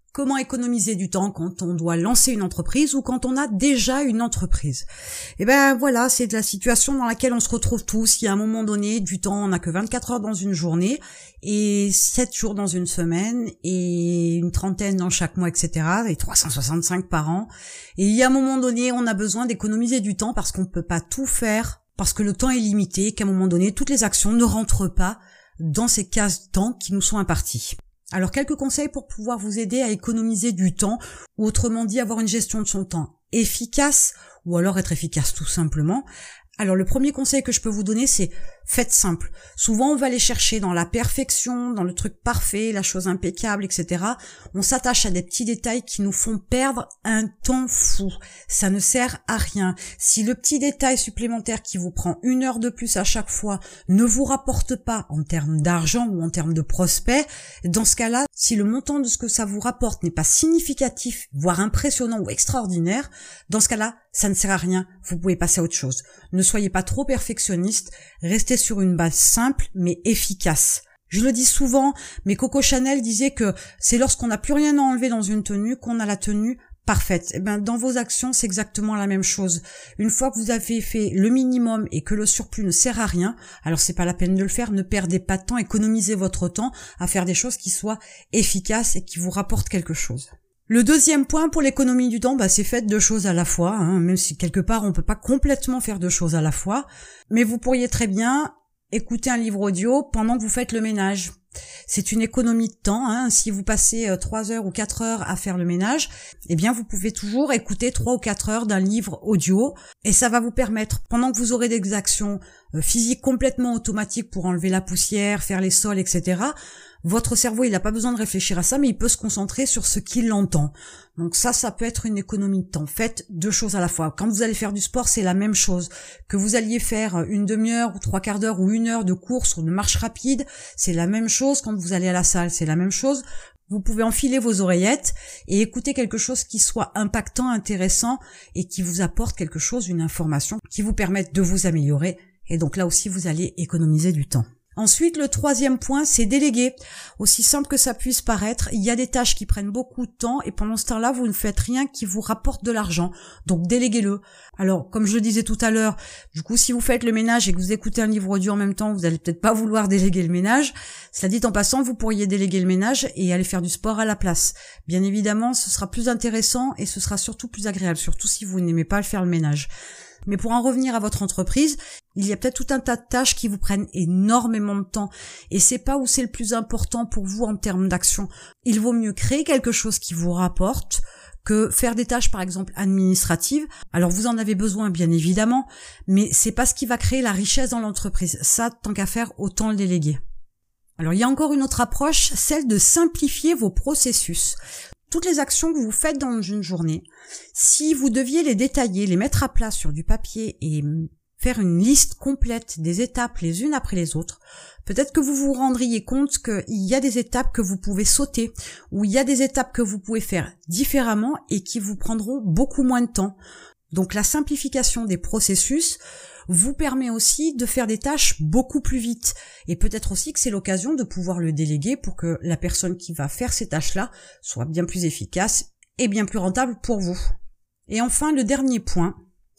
Comment économiser du temps quand on doit lancer une entreprise ou quand on a déjà une entreprise? Et ben voilà, c'est de la situation dans laquelle on se retrouve tous. Il y a un moment donné, du temps, on n'a que 24 heures dans une journée et 7 jours dans une semaine et une trentaine dans chaque mois, etc. et 365 par an. Et il y a un moment donné, on a besoin d'économiser du temps parce qu'on ne peut pas tout faire, parce que le temps est limité, qu'à un moment donné, toutes les actions ne rentrent pas dans ces cases temps qui nous sont imparties. Alors, quelques conseils pour pouvoir vous aider à économiser du temps, ou autrement dit, avoir une gestion de son temps efficace, ou alors être efficace tout simplement. Alors, le premier conseil que je peux vous donner, c'est faites simple. Souvent, on va aller chercher dans la perfection, dans le truc parfait, la chose impeccable, etc. On s'attache à des petits détails qui nous font perdre un temps fou. Ça ne sert à rien. Si le petit détail supplémentaire qui vous prend 1 heure de plus à chaque fois ne vous rapporte pas en termes d'argent ou en termes de prospects, dans ce cas-là, si le montant de ce que ça vous rapporte n'est pas significatif, voire impressionnant ou extraordinaire, dans ce cas-là, ça ne sert à rien. Vous pouvez passer à autre chose. Ne soyez pas trop perfectionniste. Restez sur une base simple mais efficace. Je le dis souvent, mais Coco Chanel disait que c'est lorsqu'on n'a plus rien à enlever dans une tenue qu'on a la tenue parfaite. Et ben dans vos actions, c'est exactement la même chose. Une fois que vous avez fait le minimum et que le surplus ne sert à rien, alors c'est pas la peine de le faire, ne perdez pas de temps, économisez votre temps à faire des choses qui soient efficaces et qui vous rapportent quelque chose. Le deuxième point pour l'économie du temps, c'est faites 2 choses à la fois, même si quelque part on peut pas complètement faire 2 choses à la fois, mais vous pourriez très bien écouter un livre audio pendant que vous faites le ménage. C'est une économie de temps, si vous passez 3 heures ou 4 heures à faire le ménage, eh bien vous pouvez toujours écouter 3 ou 4 heures d'un livre audio et ça va vous permettre, pendant que vous aurez des actions physiques complètement automatiques pour enlever la poussière, faire les sols, etc., votre cerveau, il n'a pas besoin de réfléchir à ça, mais il peut se concentrer sur ce qu'il entend. Donc ça peut être une économie de temps. Faites 2 choses à la fois. Quand vous allez faire du sport, c'est la même chose. Que vous alliez faire une demi-heure ou 3/4 d'heure ou 1 heure de course ou de marche rapide, c'est la même chose. Quand vous allez à la salle, c'est la même chose. Vous pouvez enfiler vos oreillettes et écouter quelque chose qui soit impactant, intéressant et qui vous apporte quelque chose, une information qui vous permette de vous améliorer. Et donc là aussi, vous allez économiser du temps. Ensuite, le 3e point, c'est déléguer. Aussi simple que ça puisse paraître, il y a des tâches qui prennent beaucoup de temps et pendant ce temps-là, vous ne faites rien qui vous rapporte de l'argent. Donc, déléguez-le. Alors, comme je le disais tout à l'heure, du coup, si vous faites le ménage et que vous écoutez un livre audio en même temps, vous allez peut-être pas vouloir déléguer le ménage. Cela dit en passant, vous pourriez déléguer le ménage et aller faire du sport à la place. Bien évidemment, ce sera plus intéressant et ce sera surtout plus agréable, surtout si vous n'aimez pas faire le ménage. Mais pour en revenir à votre entreprise, il y a peut-être tout un tas de tâches qui vous prennent énormément de temps et c'est pas où c'est le plus important pour vous en termes d'action. Il vaut mieux créer quelque chose qui vous rapporte que faire des tâches par exemple administratives. Alors vous en avez besoin bien évidemment, mais c'est pas ce qui va créer la richesse dans l'entreprise. Ça, tant qu'à faire, autant le déléguer. Alors il y a encore une autre approche, celle de simplifier vos processus. Toutes les actions que vous faites dans une journée, si vous deviez les détailler, les mettre à plat sur du papier et faire une liste complète des étapes les unes après les autres, peut-être que vous vous rendriez compte qu'il y a des étapes que vous pouvez sauter, ou il y a des étapes que vous pouvez faire différemment et qui vous prendront beaucoup moins de temps. Donc la simplification des processus vous permet aussi de faire des tâches beaucoup plus vite. Et peut-être aussi que c'est l'occasion de pouvoir le déléguer pour que la personne qui va faire ces tâches-là soit bien plus efficace et bien plus rentable pour vous. Et enfin, le dernier point,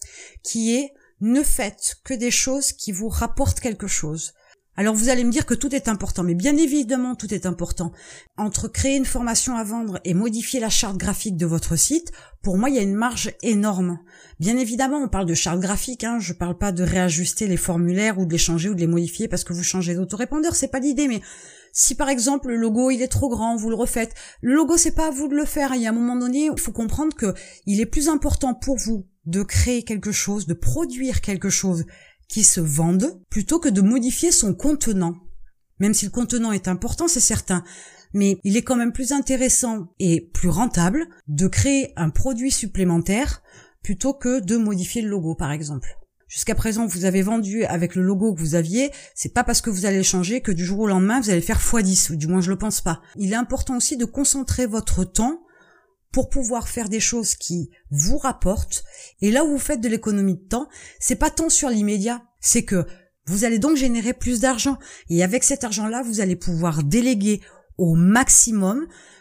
qui est ne faites que des choses qui vous rapportent quelque chose. Alors vous allez me dire que tout est important, mais bien évidemment tout est important. Entre créer une formation à vendre et modifier la charte graphique de votre site, pour moi il y a une marge énorme. Bien évidemment on parle de charte graphique, je parle pas de réajuster les formulaires ou de les changer ou de les modifier parce que vous changez d'autorépondeur, c'est pas l'idée, mais si par exemple le logo il est trop grand, vous le refaites. Le logo c'est pas à vous de le faire, il y a un moment donné, il faut comprendre que il est plus important pour vous de créer quelque chose, de produire quelque chose qui se vendent, plutôt que de modifier son contenant. Même si le contenant est important, c'est certain, mais il est quand même plus intéressant et plus rentable de créer un produit supplémentaire plutôt que de modifier le logo, par exemple. Jusqu'à présent, vous avez vendu avec le logo que vous aviez, c'est pas parce que vous allez le changer que du jour au lendemain, vous allez faire x10, ou du moins je le pense pas. Il est important aussi de concentrer votre temps pour pouvoir faire des choses qui vous rapportent. Et là où vous faites de l'économie de temps, c'est pas tant sur l'immédiat, c'est que vous allez donc générer plus d'argent. Et avec cet argent-là, vous allez pouvoir déléguer au maximum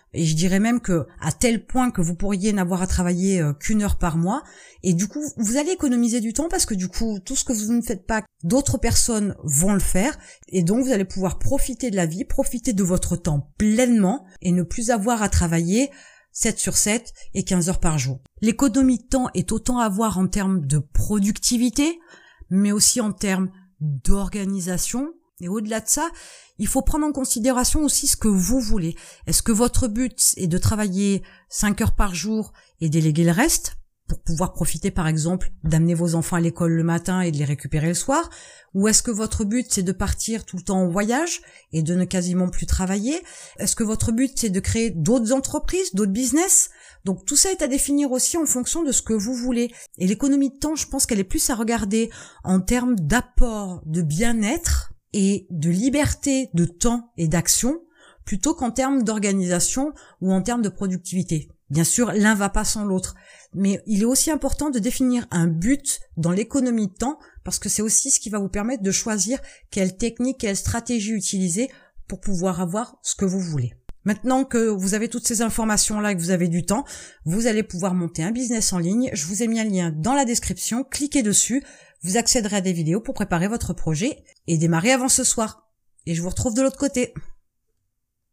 et je dirais même que à tel point que vous pourriez n'avoir à travailler qu'1 heure par mois, et du coup vous allez économiser du temps parce que du coup tout ce que vous ne faites pas, d'autres personnes vont le faire, et donc vous allez pouvoir profiter de la vie, profiter de votre temps pleinement et ne plus avoir à travailler 7 sur 7 et 15 heures par jour. L'économie de temps est autant à voir en termes de productivité, mais aussi en termes d'organisation. Et au-delà de ça, il faut prendre en considération aussi ce que vous voulez. Est-ce que votre but est de travailler 5 heures par jour et déléguer le reste pour pouvoir profiter par exemple d'amener vos enfants à l'école le matin et de les récupérer le soir? Ou est-ce que votre but c'est de partir tout le temps en voyage et de ne quasiment plus travailler? Est-ce que votre but c'est de créer d'autres entreprises, d'autres business? Donc tout ça est à définir aussi en fonction de ce que vous voulez. Et l'économie de temps, je pense qu'elle est plus à regarder en termes d'apport, de bien-être et de liberté de temps et d'action, plutôt qu'en termes d'organisation ou en termes de productivité. Bien sûr, l'un va pas sans l'autre, mais il est aussi important de définir un but dans l'économie de temps, parce que c'est aussi ce qui va vous permettre de choisir quelle technique, quelle stratégie utiliser pour pouvoir avoir ce que vous voulez. Maintenant que vous avez toutes ces informations-là et que vous avez du temps, vous allez pouvoir monter un business en ligne. Je vous ai mis un lien dans la description, cliquez dessus, vous accéderez à des vidéos pour préparer votre projet et démarrer avant ce soir. Et je vous retrouve de l'autre côté.